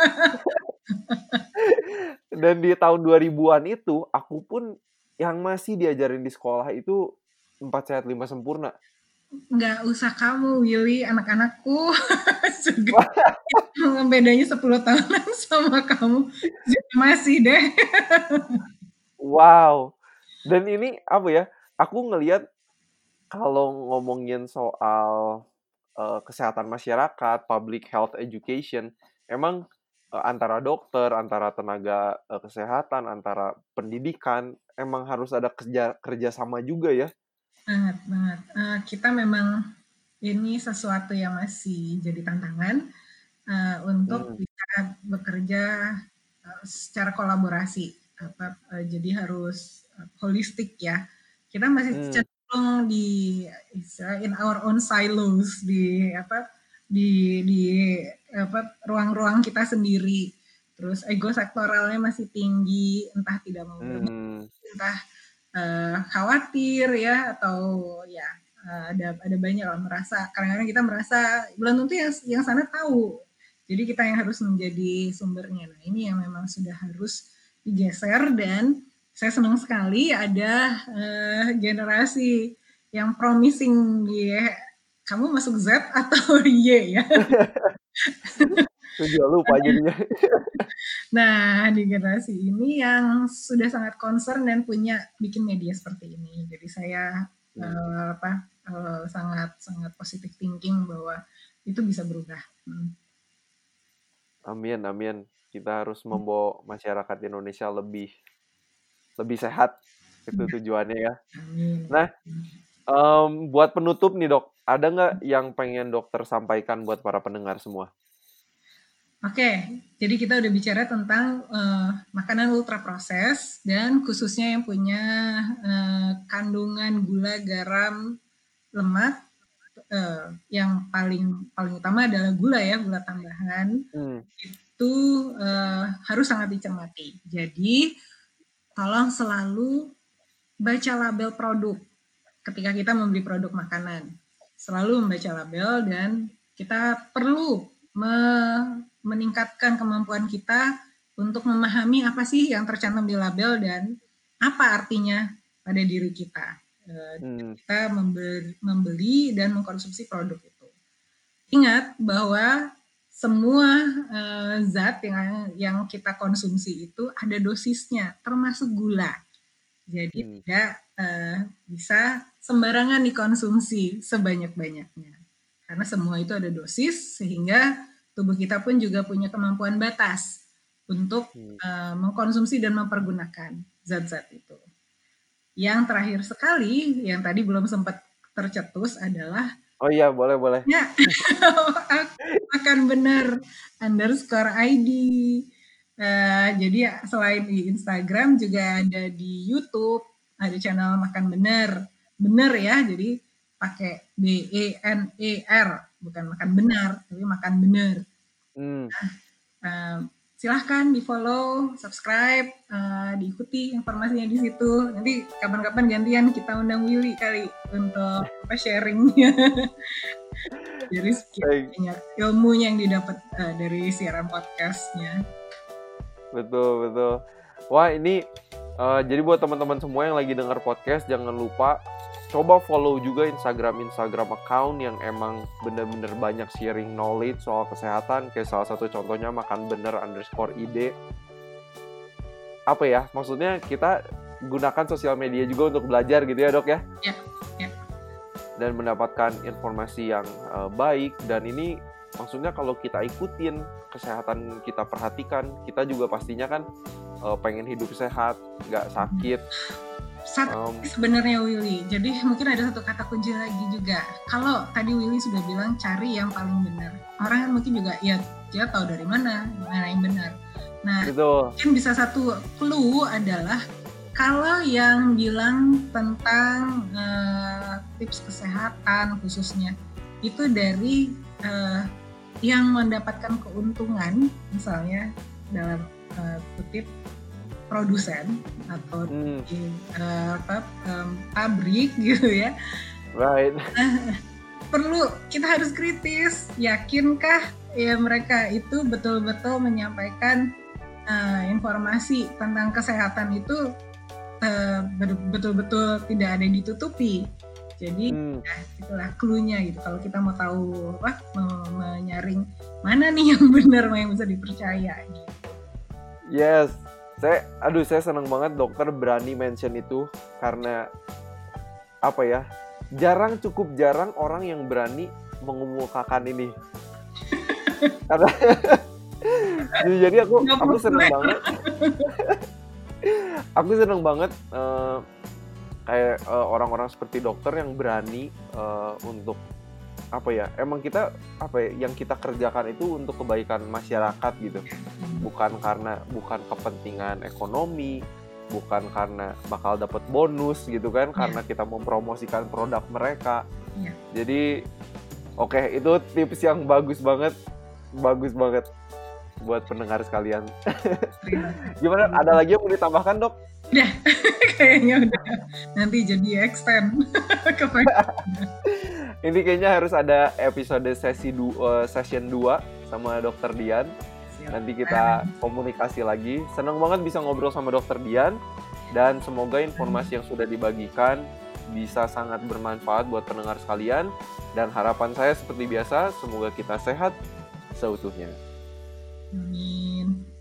dan di tahun 2000-an itu aku pun yang masih diajarin di sekolah itu 4 sehat 5 sempurna. Nggak usah kamu, Willy, anak-anakku juga bedanya 10 tahunan sama kamu juga masih deh. Wow. Dan ini apa ya? Aku ngelihat kalau ngomongin soal kesehatan masyarakat, public health education, emang antara dokter, antara tenaga kesehatan, antara pendidikan, emang harus ada kerjasama juga ya. Banget, banget. Kita memang ini sesuatu yang masih jadi tantangan untuk bisa bekerja secara kolaborasi. Jadi harus holistik ya. Kita masih cenderung di in our own silos di ruang-ruang kita sendiri. Terus ego sektoralnya masih tinggi, entah tidak mau berbagi, entah khawatir ya atau ya ada banyak lah kadang-kadang kita merasa belum tentu yang sana tahu, jadi kita yang harus menjadi sumbernya. Nah ini yang memang sudah harus digeser, dan saya senang sekali ada generasi yang promising di kamu masuk Z atau Y ya. Itu juga lupa jadinya. Nah, di generasi ini yang sudah sangat concern dan bikin media seperti ini. Jadi saya sangat sangat positive thinking bahwa itu bisa berubah. Amin, amin. Kita harus membawa masyarakat Indonesia lebih sehat. Itu tujuannya ya. Amin. Nah, buat penutup nih Dok, ada nggak yang pengen dokter sampaikan buat para pendengar semua? Oke, jadi kita udah bicara tentang makanan ultra proses dan khususnya yang punya kandungan gula, garam, lemak. Yang paling utama adalah gula ya, gula tambahan. Itu harus sangat dicermati. Jadi tolong selalu baca label produk ketika kita membeli produk makanan. Selalu membaca label, dan kita perlu meningkatkan kemampuan kita untuk memahami apa sih yang tercantum di label dan apa artinya pada diri kita. Kita membeli dan mengkonsumsi produk itu. Ingat bahwa semua zat yang kita konsumsi itu ada dosisnya, termasuk gula. Jadi tidak bisa sembarangan dikonsumsi sebanyak-banyaknya. Karena semua itu ada dosis, sehingga tubuh kita pun juga punya kemampuan batas untuk mengkonsumsi dan mempergunakan zat-zat itu. Yang terakhir sekali, yang tadi belum sempat tercetus adalah Oh iya, boleh. Ya, Makan Bener _ID. Jadi selain di Instagram juga ada di YouTube, ada channel Makan Bener. Bener ya, jadi pakai BENER, bukan makan benar, tapi makan bener. Silahkan di follow, subscribe, diikuti informasinya di situ. Nanti kapan-kapan gantian kita undang Willy kali untuk sharingnya. Jadi banyak ilmunya yang didapat dari siaran podcastnya. Betul. Wah, ini jadi buat teman-teman semua yang lagi dengar podcast, jangan lupa coba follow juga Instagram account yang emang bener-bener banyak sharing knowledge soal kesehatan. Kayak salah satu contohnya Makan Bener _id. Apa ya, maksudnya kita gunakan sosial media juga untuk belajar gitu ya, Dok ya? Ya. Dan mendapatkan informasi yang baik. Dan ini maksudnya kalau kita ikutin, kesehatan kita perhatikan, kita juga pastinya kan pengen hidup sehat, nggak sakit. Sebenarnya Willy, jadi mungkin ada satu kata kunci lagi juga. Kalau tadi Willy sudah bilang cari yang paling benar, orang kan mungkin juga ya dia tahu dari mana yang benar. Nah, mungkin bisa satu clue adalah kalau yang bilang tentang tips kesehatan khususnya itu dari yang mendapatkan keuntungan, misalnya dalam kutip produsen atau pabrik gitu ya. Right. Kita harus kritis. Yakinkah ya mereka itu betul-betul menyampaikan informasi tentang kesehatan itu betul-betul tidak ada yang ditutupi. Jadi itulah clue-nya gitu. Kalau kita mau tahu mau menyaring mana nih yang benar, yang bisa dipercaya gitu. Yes. Saya senang banget dokter berani mention itu, karena apa ya, cukup jarang orang yang berani mengemukakan ini. Karena jadi aku senang banget. Aku senang banget kayak orang-orang seperti dokter yang berani untuk emang kita yang kita kerjakan itu untuk kebaikan masyarakat gitu, bukan kepentingan ekonomi, bukan karena bakal dapat bonus gitu kan, karena kita mempromosikan produk mereka. Jadi itu tips yang bagus banget buat pendengar sekalian. Gimana, ada lagi yang mau ditambahkan, Dok? Udah, kayaknya udah. Nanti jadi extend ke Ini kayaknya harus ada episode session 2 sama Dr. Dian. Nanti kita komunikasi lagi. Senang banget bisa ngobrol sama Dr. Dian. Dan semoga informasi yang sudah dibagikan bisa sangat bermanfaat buat pendengar sekalian. Dan harapan saya seperti biasa, semoga kita sehat seutuhnya. Amin.